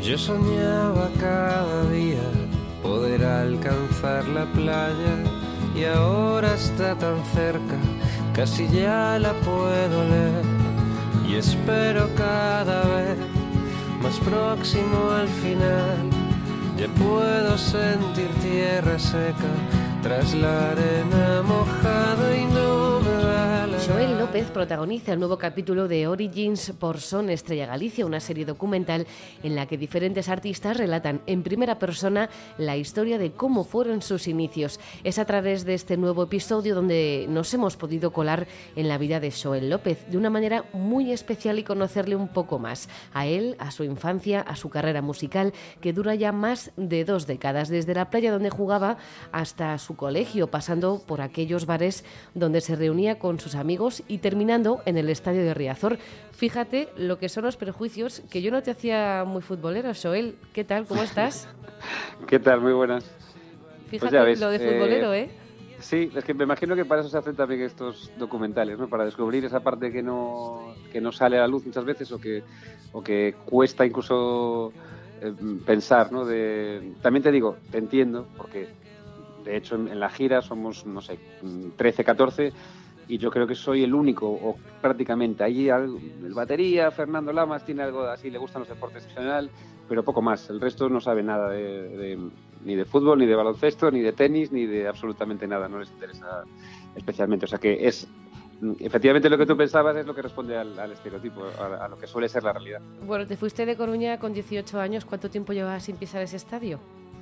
Yo soñaba cada día poder alcanzar la playa y ahora está tan cerca, casi ya la puedo leer y espero cada vez más próximo al final. Ya puedo sentir tierra seca tras la arena mojada y no me da la Xoel López protagoniza el nuevo capítulo de Origins por Son Estrella Galicia, una serie documental en la que diferentes artistas relatan en primera persona la historia de cómo fueron sus inicios. Es a través de este nuevo episodio donde nos hemos podido colar en la vida de Xoel López de una manera muy especial y conocerle un poco más. A él, a su infancia, a su carrera musical, que dura ya más de 2 décadas, desde la playa donde jugaba hasta su colegio, pasando por aquellos bares donde se reunía con sus amigos y terminando en el estadio de Riazor. Fíjate lo que son los prejuicios, que yo no te hacía muy futbolero. Xoel, ¿qué tal? ¿Cómo estás? ¿Qué tal? Muy buenas. Fíjate Pues ves, lo de futbolero, ¿eh? Sí, es que me imagino que para eso se hacen también estos documentales, ¿no? Para descubrir esa parte que no sale a la luz muchas veces o que cuesta incluso pensar, ¿no? También te digo, te entiendo, porque de hecho en la gira somos, no sé, 13, 14 y yo creo que soy el único, o prácticamente. Ahí el batería, Fernando Lamas, tiene algo así, le gustan los deportes en general, pero poco más. El resto no sabe nada ni de fútbol, ni de baloncesto, ni de tenis, ni de absolutamente nada. No les interesa especialmente. O sea que es, efectivamente, lo que tú pensabas es lo que responde al estereotipo, a lo que suele ser la realidad. Bueno, te fuiste de Coruña con 18 años. ¿Cuánto tiempo llevabas sin pisar ese estadio?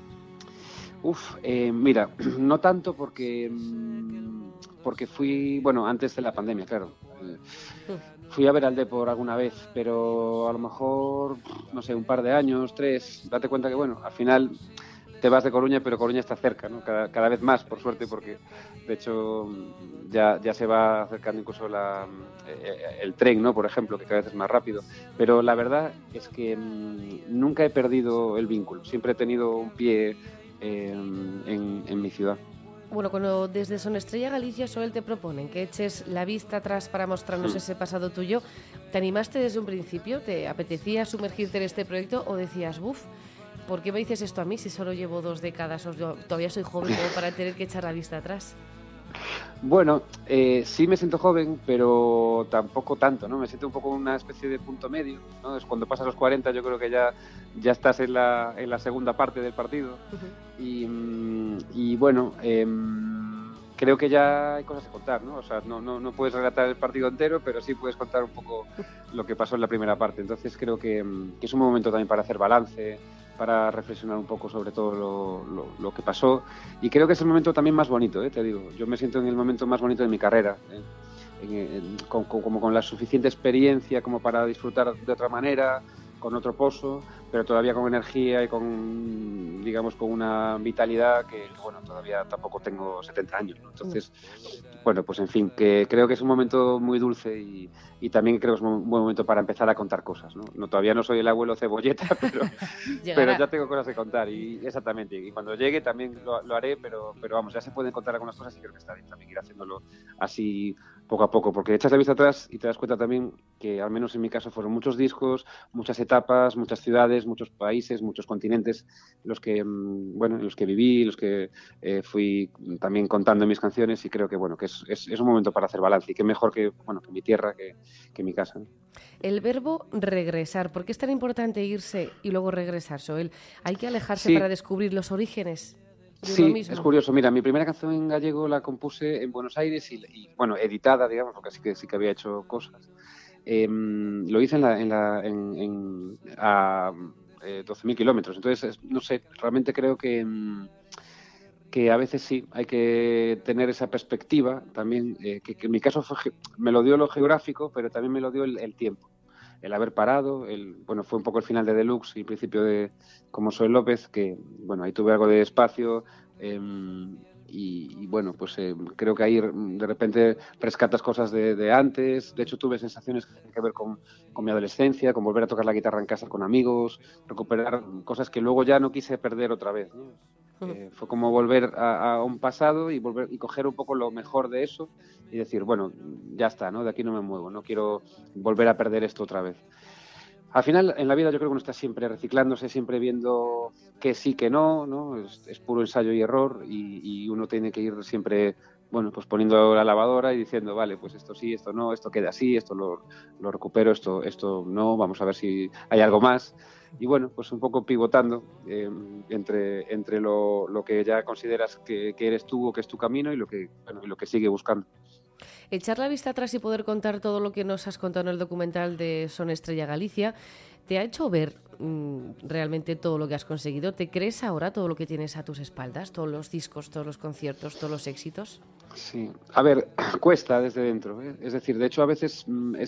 Mira, no tanto porque fui, bueno, antes de la pandemia, claro. Fui a ver al Depor alguna vez, pero a lo mejor, no sé, un par de años, 3. Date cuenta que, bueno, al final te vas de Coruña, pero Coruña está cerca, ¿no? Cada vez más, por suerte, porque de hecho ya se va acercando incluso el tren, ¿no? Por ejemplo, que cada vez es más rápido. Pero la verdad es que nunca he perdido el vínculo. Siempre he tenido un pie en mi ciudad. Bueno, cuando desde Son Estrella Galicia, Xoel, te proponen que eches la vista atrás para mostrarnos ese pasado tuyo, ¿te animaste desde un principio? ¿Te apetecía sumergirte en este proyecto o decías, buf, ¿por qué me dices esto a mí si solo llevo 2 décadas o yo todavía soy joven como para tener que echar la vista atrás? Bueno, sí me siento joven, pero tampoco tanto, ¿no? Me siento un poco una especie de punto medio, ¿no? Es cuando pasas los 40, yo creo que ya estás en la segunda parte del partido. Y bueno, creo que ya hay cosas que contar, ¿no? O sea, no puedes relatar el partido entero, pero sí puedes contar un poco lo que pasó en la primera parte. Entonces creo que es un momento también para hacer balance, para reflexionar un poco sobre todo lo que pasó. Y creo que es el momento también más bonito, te digo. Yo me siento en el momento más bonito de mi carrera, como con la suficiente experiencia como para disfrutar de otra manera, con otro pozo, pero todavía con energía y con, digamos, con una vitalidad que, bueno, todavía tampoco tengo 70 años, ¿no? Entonces, bueno, pues en fin, que creo que es un momento muy dulce y también creo que es un buen momento para empezar a contar cosas, ¿no? Todavía no soy el abuelo cebolleta, pero ya tengo cosas que contar y exactamente, y cuando llegue también lo haré, pero vamos, ya se pueden contar algunas cosas y creo que está bien también ir haciéndolo así poco a poco, porque echas la vista atrás y te das cuenta también que, al menos en mi caso, fueron muchos discos, muchas etapas, muchas ciudades, muchos países, muchos continentes en los que viví, los que fui también contando en mis canciones, y creo que, bueno, que es un momento para hacer balance, y qué mejor que mi tierra, que mi casa, ¿no? El verbo regresar, ¿por qué es tan importante irse y luego regresar, Xoel? ¿Hay que alejarse para descubrir los orígenes de uno mismo? Es curioso. Mira, mi primera canción en gallego la compuse en Buenos Aires y bueno, editada, digamos, porque sí que había hecho cosas. Lo hice a 12.000 kilómetros. Entonces, no sé, realmente creo que a veces sí, hay que tener esa perspectiva también, que en mi caso me lo dio lo geográfico, pero también me lo dio el tiempo. El haber parado, bueno, fue un poco el final de Deluxe y el principio de Como Xoel López, que, bueno, ahí tuve algo de espacio, y bueno, pues creo que ahí de repente rescatas cosas de antes. De hecho, tuve sensaciones que tienen que ver con mi adolescencia, con volver a tocar la guitarra en casa con amigos, recuperar cosas que luego ya no quise perder otra vez, ¿no? Fue como volver a un pasado y volver y coger un poco lo mejor de eso y decir, bueno, ya está, ¿no? De aquí no me muevo, no quiero volver a perder esto otra vez. Al final, en la vida yo creo que uno está siempre reciclándose, siempre viendo que sí, que no, ¿no? Es puro ensayo y error y uno tiene que ir siempre, bueno, pues poniendo la lavadora y diciendo, vale, pues esto sí, esto no, esto queda así, esto lo recupero, esto no, vamos a ver si hay algo más. Y bueno, pues un poco pivotando entre lo que ya consideras que eres tú o que es tu camino y lo que sigue buscando. Echar la vista atrás y poder contar todo lo que nos has contado en el documental de Son Estrella Galicia, ¿te ha hecho ver realmente todo lo que has conseguido? ¿Te crees ahora todo lo que tienes a tus espaldas? ¿Todos los discos, todos los conciertos, todos los éxitos? Sí, a ver, cuesta desde dentro, ¿eh? Es decir, de hecho a veces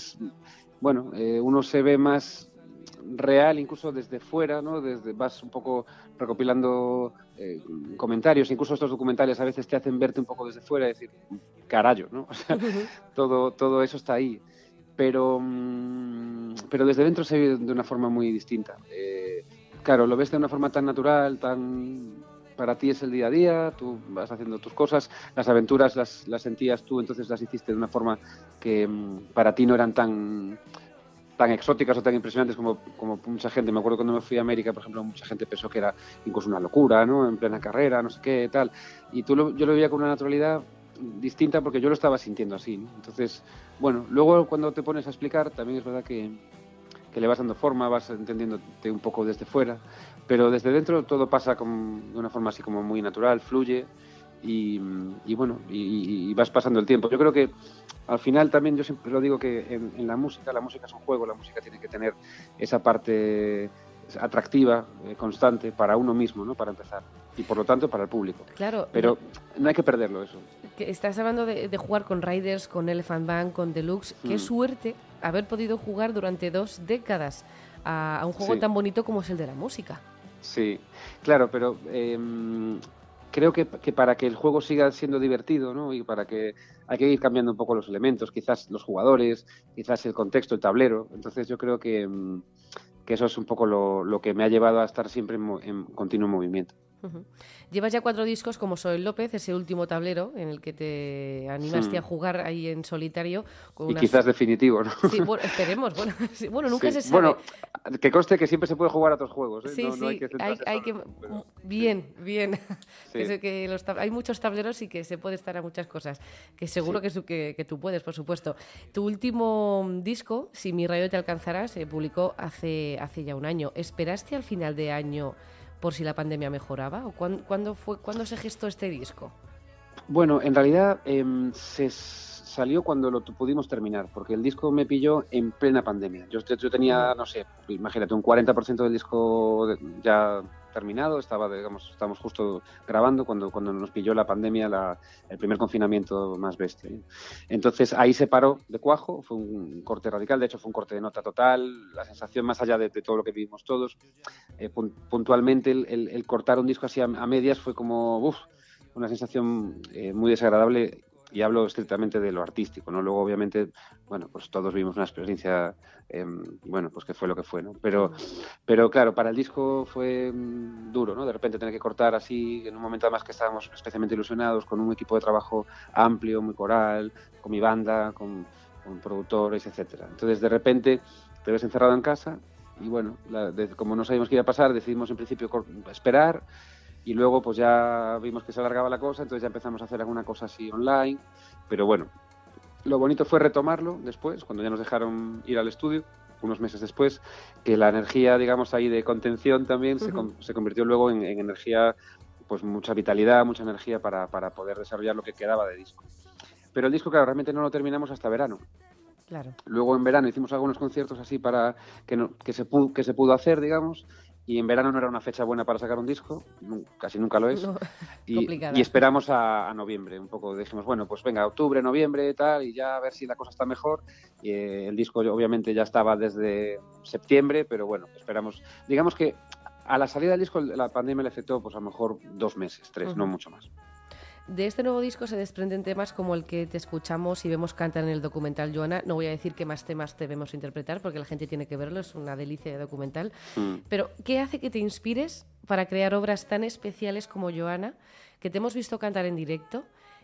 uno se ve más real incluso desde fuera, ¿no? Vas un poco recopilando comentarios, incluso estos documentales a veces te hacen verte un poco desde fuera y decir, carallo, ¿no? O sea, todo eso está ahí. Pero desde dentro se ve de una forma muy distinta. Claro, lo ves de una forma tan natural, para ti es el día a día, tú vas haciendo tus cosas, las aventuras las sentías tú, entonces las hiciste de una forma que para ti no eran tan exóticas o tan impresionantes como mucha gente. Me acuerdo cuando me fui a América, por ejemplo, mucha gente pensó que era incluso una locura, ¿no? En plena carrera, no sé qué, tal. Y yo lo veía con una naturalidad distinta porque yo lo estaba sintiendo así, ¿no? Entonces, bueno, luego cuando te pones a explicar, también es verdad que le vas dando forma, vas entendiéndote un poco desde fuera, pero desde dentro todo pasa de una forma así como muy natural, fluye y vas pasando el tiempo. Yo creo que al final también yo siempre lo digo que en la música es un juego, la música tiene que tener esa parte atractiva, constante para uno mismo, ¿no? Para empezar, y por lo tanto para el público. Claro. Pero no hay que perderlo eso. Que estás hablando de jugar con Riders, con Elephant Band, con Deluxe. Qué suerte haber podido jugar durante 2 décadas a un juego tan bonito como es el de la música. Sí, claro, pero creo que para que el juego siga siendo divertido, ¿no? Y para que hay que ir cambiando un poco los elementos, quizás los jugadores, quizás el contexto, el tablero. Entonces yo creo que eso es un poco lo que me ha llevado a estar siempre en continuo movimiento. Uh-huh. Llevas ya 4 discos como Soy López, ese último tablero en el que te animaste a jugar ahí en solitario. Y quizás definitivo, ¿no? Sí, bueno, esperemos. Bueno, nunca se sabe. Bueno, que conste que siempre se puede jugar a otros juegos, ¿eh? Sí, no hay que hay que... pero... Bien. Sí. Hay muchos tableros y que se puede estar a muchas cosas. Que seguro que tú puedes, por supuesto. Tu último disco, Si mi rayo te alcanzará, se publicó hace ya un año. ¿Esperaste al final de año por si la pandemia mejoraba? ¿O cuándo se gestó este disco? Bueno, en realidad se salió cuando lo pudimos terminar, porque el disco me pilló en plena pandemia. Yo tenía, no sé, imagínate, un 40% del disco ya terminado, estábamos justo grabando cuando nos pilló la pandemia, el primer confinamiento más bestia. Entonces ahí se paró de cuajo, fue un corte radical, de hecho fue un corte de nota total, la sensación más allá de todo lo que vivimos todos, puntualmente el cortar un disco así a medias fue como una sensación muy desagradable. Y hablo estrictamente de lo artístico, ¿no? Luego, obviamente, bueno, pues todos vimos una experiencia, pues que fue lo que fue, ¿no? Pero claro, para el disco fue duro, ¿no? De repente tener que cortar así, en un momento además que estábamos especialmente ilusionados, con un equipo de trabajo amplio, muy coral, con mi banda, con productores, etcétera. Entonces, de repente, te ves encerrado en casa y, bueno, como no sabíamos qué iba a pasar, decidimos en principio esperar. Y luego pues ya vimos que se alargaba la cosa, entonces ya empezamos a hacer alguna cosa así online, pero bueno, lo bonito fue retomarlo después, cuando ya nos dejaron ir al estudio, unos meses después, que la energía, digamos, ahí de contención también se convirtió luego en energía, pues mucha vitalidad, mucha energía para poder desarrollar lo que quedaba de disco. Pero el disco, claro, realmente no lo terminamos hasta verano. Claro. Luego en verano hicimos algunos conciertos así para que se pudo hacer, digamos. Y en verano no era una fecha buena para sacar un disco, casi nunca lo es. No, y esperamos a noviembre, un poco. Dijimos, bueno, pues venga, octubre, noviembre, tal, y ya a ver si la cosa está mejor. Y el disco obviamente ya estaba desde septiembre, pero bueno, esperamos. Digamos que a la salida del disco la pandemia le afectó pues a lo mejor 2 meses, 3, no mucho más. De este nuevo disco se desprenden temas como el que te escuchamos y vemos cantar en el documental, Joana. No voy a decir qué más temas debemos interpretar porque la gente tiene que verlo, es una delicia de documental. Pero, ¿qué hace que te inspires para crear obras tan especiales como Joana, que te hemos visto cantar en directo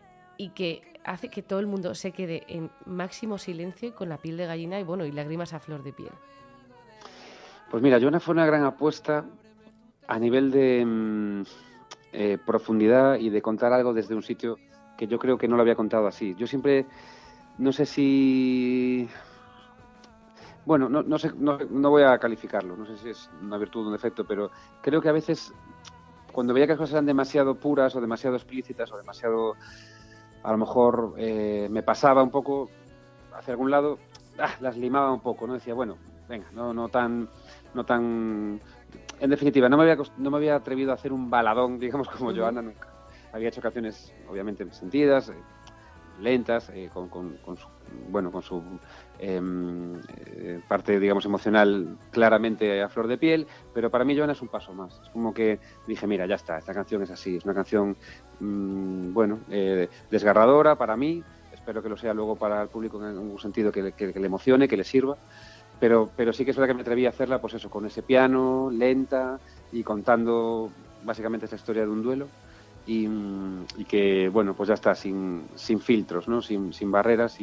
y que hace que todo el mundo se quede en máximo silencio y con la piel de gallina y lágrimas a flor de piel? Pues mira, Joana fue una gran apuesta a nivel de profundidad y de contar algo desde un sitio que yo creo que no lo había contado así. Yo siempre, no sé si... Bueno, no sé, no voy a calificarlo, no sé si es una virtud o un defecto, pero creo que a veces cuando veía que las cosas eran demasiado puras o demasiado explícitas o demasiado, a lo mejor me pasaba un poco hacia algún lado, las limaba un poco, ¿no? Decía, bueno, venga, no tan... En definitiva, no me había atrevido a hacer un baladón, digamos, como Joana nunca. Había hecho canciones, obviamente, sentidas, lentas, con su parte, digamos, emocional claramente a flor de piel, pero para mí Joana es un paso más. Es como que dije, mira, ya está, esta canción es así, es una canción, desgarradora para mí, espero que lo sea luego para el público en algún sentido que le emocione, que le sirva, pero sí que es verdad que me atreví a hacerla, pues eso, con ese piano, lenta y contando básicamente esta historia de un duelo. Y que, bueno, pues ya está, sin filtros, ¿no? Sin barreras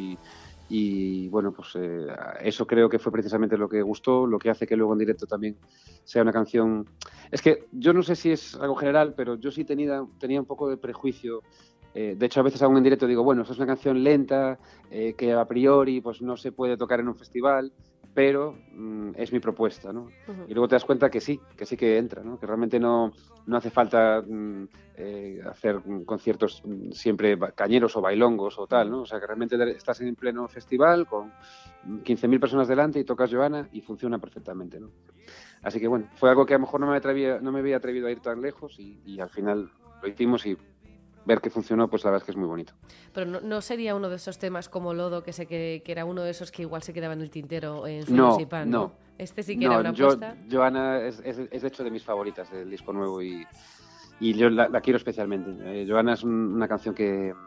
y bueno, pues eso creo que fue precisamente lo que gustó, lo que hace que luego en directo también sea una canción... Es que yo no sé si es algo general, pero yo sí tenía un poco de prejuicio. De hecho, a veces aún en directo digo, bueno, esto es una canción lenta, que a priori pues no se puede tocar en un festival, pero es mi propuesta, ¿no? Uh-huh. Y luego te das cuenta que sí que entra, ¿no? Que realmente no hace falta hacer conciertos siempre cañeros o bailongos o tal, ¿no? O sea, que realmente estás en pleno festival con 15.000 personas delante y tocas Joana y funciona perfectamente, ¿no? Así que bueno, fue algo que a lo mejor no me había atrevido a ir tan lejos y al final lo hicimos y ver que funcionó, pues la verdad es que es muy bonito. Pero no sería uno de esos temas como Lodo, que sé que era uno de esos que igual se quedaba en el tintero en Sueños y Pan, ¿no? Este sí que era una apuesta. Joana es de hecho de mis favoritas del disco nuevo y yo la quiero especialmente. Joana es una canción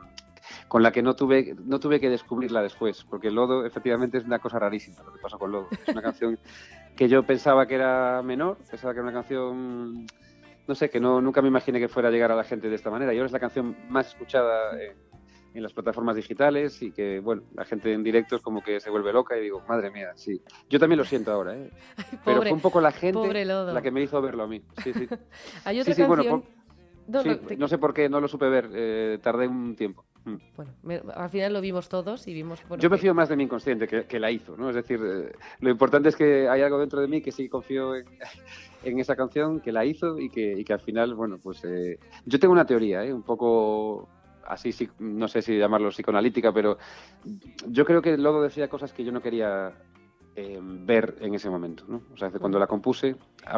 con la que no tuve que descubrirla después, porque Lodo efectivamente es una cosa rarísima lo que pasó con Lodo. Es una canción que yo pensaba que era menor, pensaba que era una canción... No sé, que nunca me imaginé que fuera a llegar a la gente de esta manera. Y ahora es la canción más escuchada en las plataformas digitales y que, bueno, la gente en directo es como que se vuelve loca y digo, madre mía, sí. Yo también lo siento ahora, ¿eh? Ay, pobre, pero fue un poco la gente la que me hizo verlo a mí. Sí. Hay otra canción... No sé por qué, no lo supe ver, tardé un tiempo. Bueno, al final lo vimos todos y vimos... Yo me fío más de mi inconsciente que la hizo, ¿no? Es decir, lo importante es que hay algo dentro de mí que sí confío en esa canción, que la hizo y que al final, bueno, pues... yo tengo una teoría, un poco así, no sé si llamarlo psicoanalítica, pero yo creo que Lodo decía cosas que yo no quería ver en ese momento, ¿no? O sea, cuando la compuse,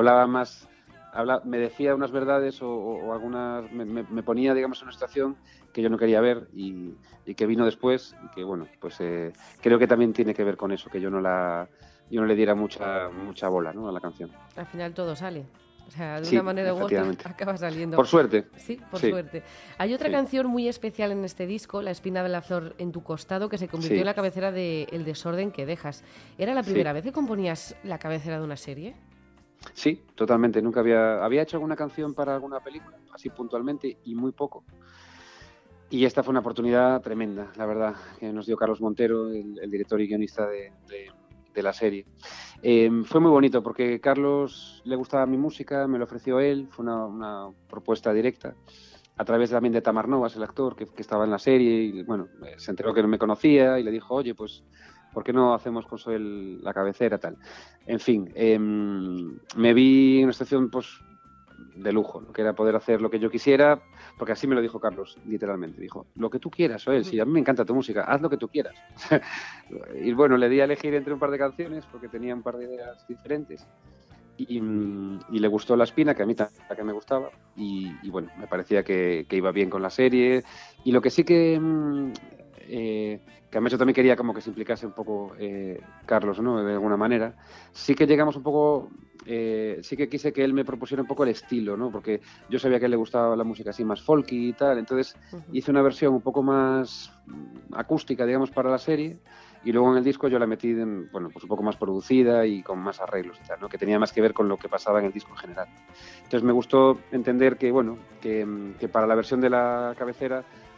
me decía unas verdades o algunas, me ponía, digamos, en una situación que yo no quería ver y que vino después y que, bueno, pues creo que también tiene que ver con eso, que yo no le diera mucha bola, ¿no?, a la canción. Al final todo sale. O sea, de una manera u otra acaba saliendo. Por suerte. Sí, por suerte. Hay otra canción muy especial en este disco, La espina de la flor en tu costado, que se convirtió en la cabecera de El desorden que dejas. ¿Era la primera vez que componías la cabecera de una serie? Sí, totalmente. Nunca había hecho alguna canción para alguna película, así puntualmente, y muy poco. Y esta fue una oportunidad tremenda, la verdad, que nos dio Carlos Montero, el director y guionista de la serie. Fue muy bonito porque Carlos le gustaba mi música, me lo ofreció él, fue una propuesta directa, a través también de Tamar Novas, el actor que estaba en la serie, y bueno, se enteró que no me conocía y le dijo, oye, pues... ¿por qué no hacemos con Soel la cabecera tal? En fin, me vi en una situación pues, de lujo, ¿no? Que era poder hacer lo que yo quisiera, porque así me lo dijo Carlos, literalmente. Dijo, lo que tú quieras, Soel, si a mí me encanta tu música, haz lo que tú quieras. Y bueno, le di a elegir entre un par de canciones, porque tenía un par de ideas diferentes. Y le gustó La espina, que a mí también me gustaba. Y bueno, me parecía que iba bien con la serie. Y lo que sí que además yo también quería como que se implicase un poco Carlos, ¿no?, de alguna manera. Sí que llegamos un poco, sí que quise que él me propusiera un poco el estilo, ¿no?, porque yo sabía que a él le gustaba la música así más folky y tal, entonces hice una versión un poco más acústica, digamos, para la serie, y luego en el disco yo la metí, bueno, pues un poco más producida y con más arreglos y tal, ¿no?, que tenía más que ver con lo que pasaba en el disco en general. Entonces me gustó entender que, bueno, que para la versión de la cabecera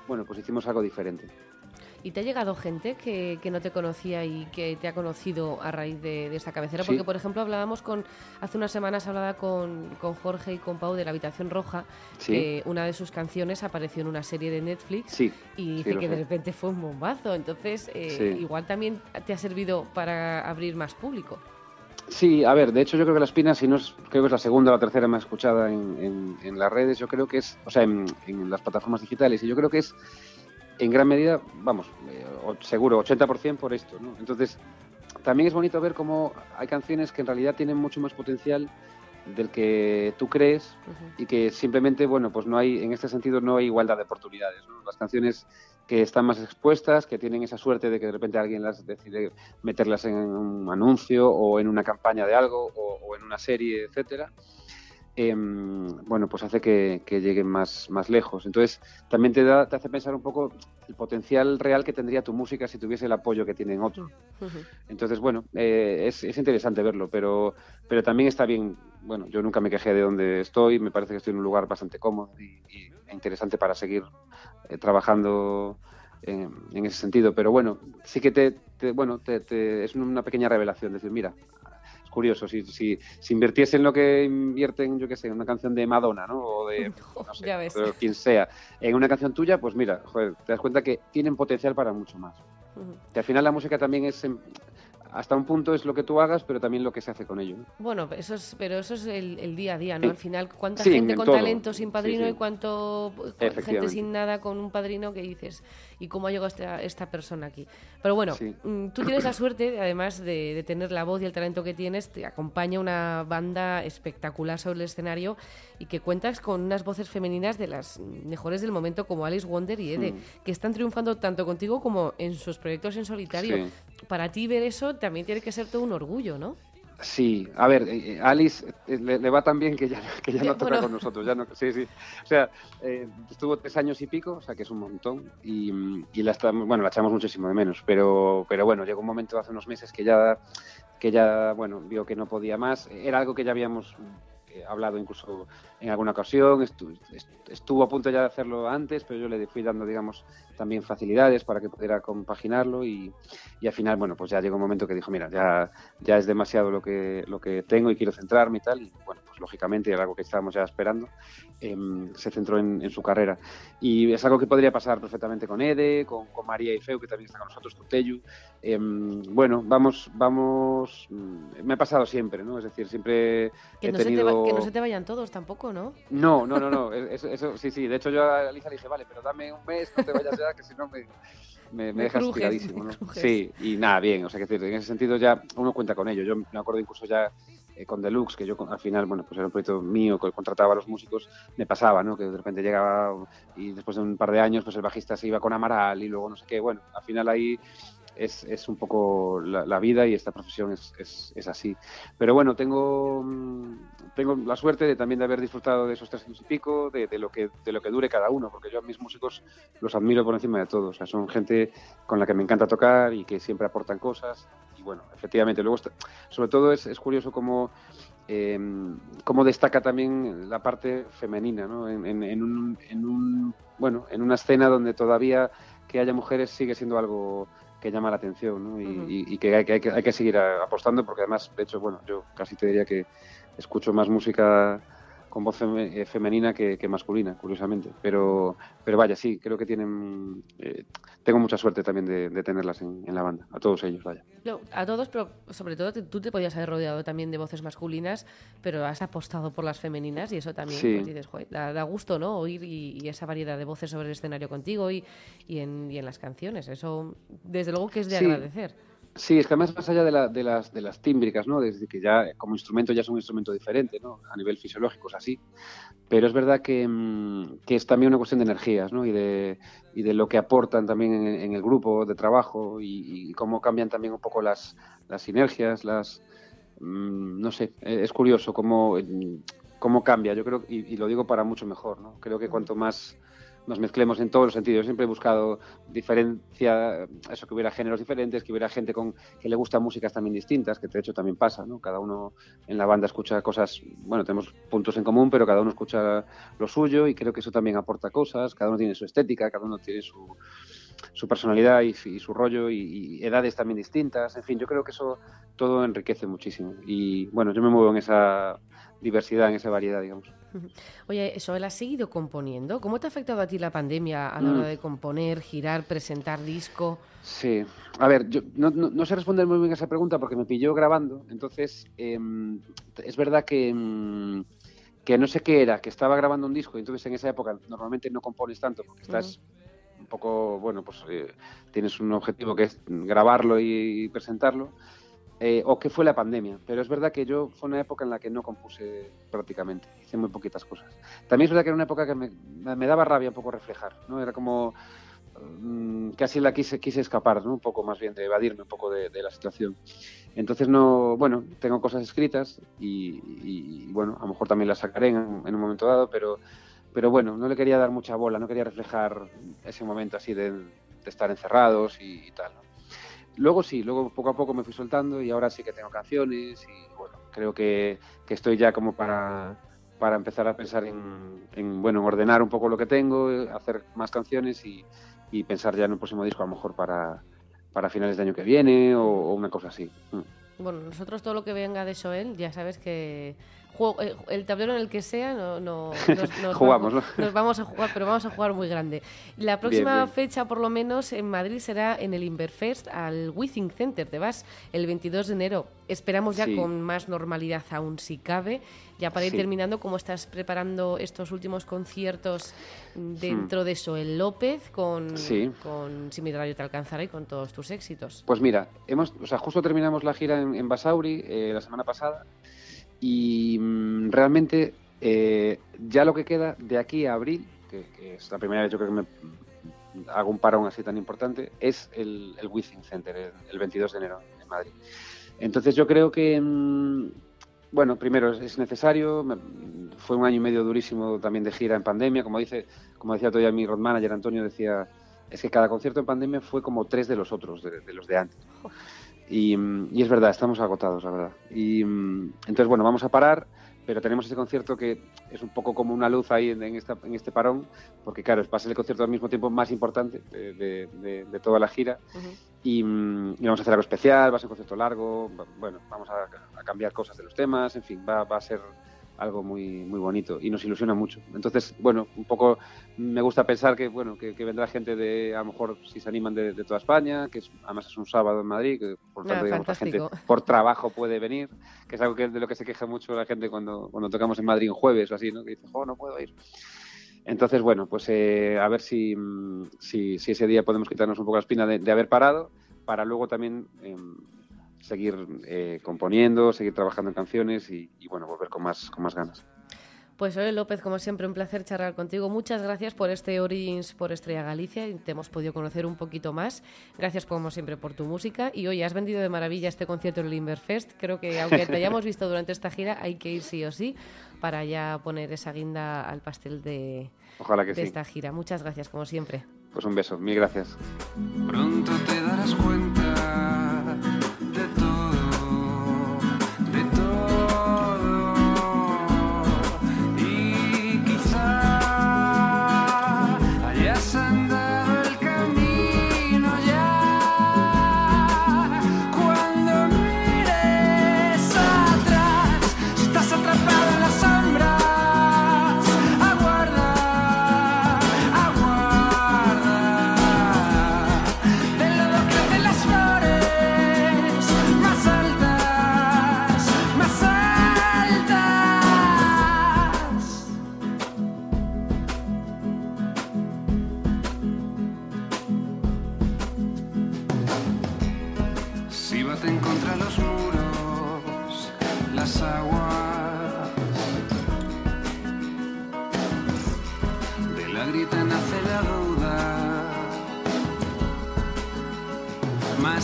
bueno, pues hicimos algo diferente. ¿Y te ha llegado gente que no te conocía y que te ha conocido a raíz de esta cabecera? Sí. Porque, por ejemplo, hace unas semanas hablaba con Jorge y con Pau de La Habitación Roja, Sí. que una de sus canciones apareció en una serie de Netflix, Sí, y dice sí, que de sé. repente fue un bombazo. Entonces, Sí. igual también te ha servido para abrir más público. Sí, a ver, de hecho yo creo que La Espina, si no es, creo que es la segunda o la tercera más escuchada en las redes, yo creo que es, o sea, en las plataformas digitales, y yo creo que es en gran medida, vamos, seguro, 80% por esto, ¿no? Entonces, también es bonito ver cómo hay canciones que en realidad tienen mucho más potencial del que tú crees, y que simplemente, bueno, pues no hay, en este sentido no hay igualdad de oportunidades, ¿no? Las canciones que están más expuestas, que tienen esa suerte de que de repente alguien las decide meterlas en un anuncio o en una campaña de algo o en una serie, etcétera, bueno, pues hace que lleguen más lejos. Entonces, también te hace pensar un poco el potencial real que tendría tu música si tuviese el apoyo que tienen otros. Entonces, bueno, es interesante verlo, pero también está bien. Bueno, yo nunca me quejé de donde estoy, me parece que estoy en un lugar bastante cómodo e interesante para seguir trabajando en ese sentido. Pero bueno, sí que es una pequeña revelación, decir, mira, curioso, si invirtiese en lo que invierten, yo qué sé, en una canción de Madonna, ¿no? O de, no sé, Ya ves. de quien sea, en una canción tuya, pues mira, joder, te das cuenta que tienen potencial para mucho más. Que al final la música también es, hasta un punto es lo que tú hagas, pero también lo que se hace con ello, ¿no? Bueno, eso es el día a día, ¿no? Al final, cuánta sí, gente con todo. talento sin padrino, Sí. y cuánto gente sin nada con un padrino, que dices, ¿y cómo ha llegado esta persona aquí? Pero bueno, Sí. Tú tienes la suerte, además de tener la voz y el talento que tienes, te acompaña una banda espectacular sobre el escenario, y que cuentas con unas voces femeninas de las mejores del momento, como Alice Wonder y Ede, que están triunfando tanto contigo como en sus proyectos en solitario. Sí. Para ti ver eso también tiene que ser todo un orgullo, ¿no? Sí, a ver, Alice le va tan bien que ya no toca con nosotros, ya no, sí, o sea, estuvo 3 años y pico, o sea que es un montón, y la echamos muchísimo de menos, pero bueno, llegó un momento hace unos meses que ya, bueno, vio que no podía más, era algo que ya habíamos hablado incluso en alguna ocasión, estuvo a punto ya de hacerlo antes, pero yo le fui dando, digamos, también facilidades para que pudiera compaginarlo, y al final, bueno, pues ya llegó un momento que dijo, mira, ya es demasiado lo que tengo y quiero centrarme y tal, y bueno, pues lógicamente era algo que estábamos ya esperando, se centró en su carrera, y es algo que podría pasar perfectamente con Ede, con María y Feu, que también está con nosotros, con Tellu. Bueno, vamos, me ha pasado siempre, ¿no? Es decir, siempre que no se te vayan todos tampoco, ¿no? No, eso sí, de hecho yo a Lisa le dije, vale, pero dame un mes, no te vayas ya, que si no me dejas tiradísimo, ¿no? Sí, y nada, bien, o sea, que en ese sentido ya uno cuenta con ello. Yo me acuerdo incluso ya con Deluxe, que yo al final, bueno, pues era un proyecto mío, que contrataba a los músicos, me pasaba, ¿no? Que de repente llegaba y después de un par de años, pues el bajista se iba con Amaral y luego no sé qué, bueno, al final ahí es un poco la vida, y esta profesión es así. Pero bueno, tengo la suerte también de haber disfrutado de esos 3 años y pico, de lo que dure cada uno, porque yo a mis músicos los admiro por encima de todo. O sea, son gente con la que me encanta tocar y que siempre aportan cosas. Y bueno, efectivamente, luego sobre todo es curioso cómo destaca también la parte femenina, ¿no? En una escena donde todavía que haya mujeres sigue siendo algo que llama la atención, ¿no? Y que hay que seguir apostando, porque además, de hecho, bueno, yo casi te diría que escucho más música con voz femenina que masculina, curiosamente. Pero vaya, sí, creo que tengo mucha suerte también de tenerlas en la banda, a todos ellos, vaya. No, a todos, pero sobre todo tú te podías haber rodeado también de voces masculinas, pero has apostado por las femeninas, y eso también, sí. Pues dices, joder, da gusto, ¿no? Oír y esa variedad de voces sobre el escenario contigo y en las canciones. Eso, desde luego, que es de agradecer. Sí, es que además, más allá de las tímbricas, ¿no? Desde que ya como instrumento ya es un instrumento diferente, ¿no? A nivel fisiológico es así. Pero es verdad que es también una cuestión de energías, ¿no? Y de lo que aportan también en el grupo de trabajo, y cómo cambian también un poco las sinergias, no sé, es curioso cómo cambia. Yo creo, y lo digo para mucho mejor, ¿no? Creo que cuanto más nos mezclemos en todos los sentidos. Siempre he buscado diferencia, eso, que hubiera géneros diferentes, que hubiera gente que le gusta músicas también distintas, que de hecho también pasa, ¿no? Cada uno en la banda escucha cosas, bueno, tenemos puntos en común, pero cada uno escucha lo suyo y creo que eso también aporta cosas. Cada uno tiene su estética, cada uno tiene su personalidad y su rollo y edades también distintas. En fin, yo creo que eso todo enriquece muchísimo y bueno, yo me muevo en esa diversidad, en esa variedad, digamos. Oye, Soel, ¿has seguido componiendo? ¿Cómo te ha afectado a ti la pandemia a la hora de componer, girar, presentar disco? Sí, a ver, yo no sé responder muy bien a esa pregunta porque me pilló grabando, entonces es verdad que no sé qué era, que estaba grabando un disco y entonces en esa época normalmente no compones tanto porque estás un poco, bueno, pues tienes un objetivo que es grabarlo y presentarlo. O que fue la pandemia, pero es verdad que fue una época en la que no compuse prácticamente, hice muy poquitas cosas. También es verdad que era una época que me daba rabia un poco reflejar, ¿no? Era como casi la quise escapar, ¿no? Un poco más bien de evadirme un poco de la situación. Entonces bueno, tengo cosas escritas y bueno, a lo mejor también las sacaré en un momento dado, pero bueno, no le quería dar mucha bola, no quería reflejar ese momento así de estar encerrados y tal, ¿no? Luego poco a poco me fui soltando y ahora sí que tengo canciones y bueno, creo que estoy ya como para empezar a pensar en ordenar un poco lo que tengo, hacer más canciones y pensar ya en un próximo disco a lo mejor para finales de año que viene o una cosa así. Bueno, nosotros todo lo que venga de Soel, ya sabes que el tablero en el que sea nos jugamos, ¿no? Nos vamos a jugar, pero vamos a jugar muy grande. La próxima bien. fecha, por lo menos, en Madrid será en el Inverfest al Withing Center. Te vas el 22 de enero. Esperamos ya con más normalidad aún si cabe. Ya para ir terminando, ¿cómo estás preparando estos últimos conciertos dentro de Soel López con Si mi radio te alcanzará y con todos tus éxitos? Pues mira, justo terminamos la gira en Basauri la semana pasada y realmente ya lo que queda de aquí a abril, que es la primera vez yo creo que me hago un parón así tan importante, es el Withing Center, el 22 de enero en Madrid. Entonces yo creo que bueno, primero es necesario. Fue un año y medio durísimo también de gira en pandemia. Como decía todavía mi road manager Antonio, decía, es que cada concierto en pandemia fue como 3 de los otros, de los de antes. Y es verdad, estamos agotados, la verdad. Y entonces, bueno, vamos a parar, pero tenemos ese concierto que es un poco como una luz ahí en este parón, porque claro, va a ser el concierto al mismo tiempo más importante de toda la gira. Y vamos a hacer algo especial, va a ser un concierto largo, bueno, vamos a cambiar cosas de los temas, en fin, va a ser algo muy, muy bonito y nos ilusiona mucho. Entonces, bueno, un poco me gusta pensar que vendrá gente a lo mejor si se animan de toda España, que además es un sábado en Madrid, que por tanto digamos, la gente por trabajo puede venir, que es algo de lo que se queja mucho la gente cuando tocamos en Madrid un jueves o así, ¿no? Que dice, no puedo ir. Entonces, bueno, pues a ver si ese día podemos quitarnos un poco la espina de haber parado para luego también seguir componiendo, seguir trabajando en canciones y bueno, volver con más ganas. Pues Soel López, como siempre, un placer charlar contigo. Muchas gracias por este Origins por Estrella Galicia y te hemos podido conocer un poquito más. Gracias, como siempre, por tu música. Y hoy has vendido de maravilla este concierto en el Inverfest. Creo que, aunque te hayamos visto durante esta gira, hay que ir sí o sí para ya poner esa guinda al pastel de esta gira. Muchas gracias, como siempre. Pues un beso, mil gracias. Pronto te darás cuenta de todo, y quizá hayas andado el camino ya. Cuando mires atrás, si estás atrapado en las sombras, aguarda. Del lodo crecen las flores más altas, más altas. Si baten contra los muros las aguas, de la grita nace la duda más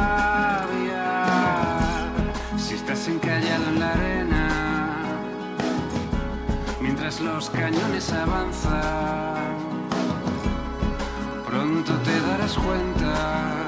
sabia. Si estás encallado en la arena mientras los cañones avanzan, das cuenta.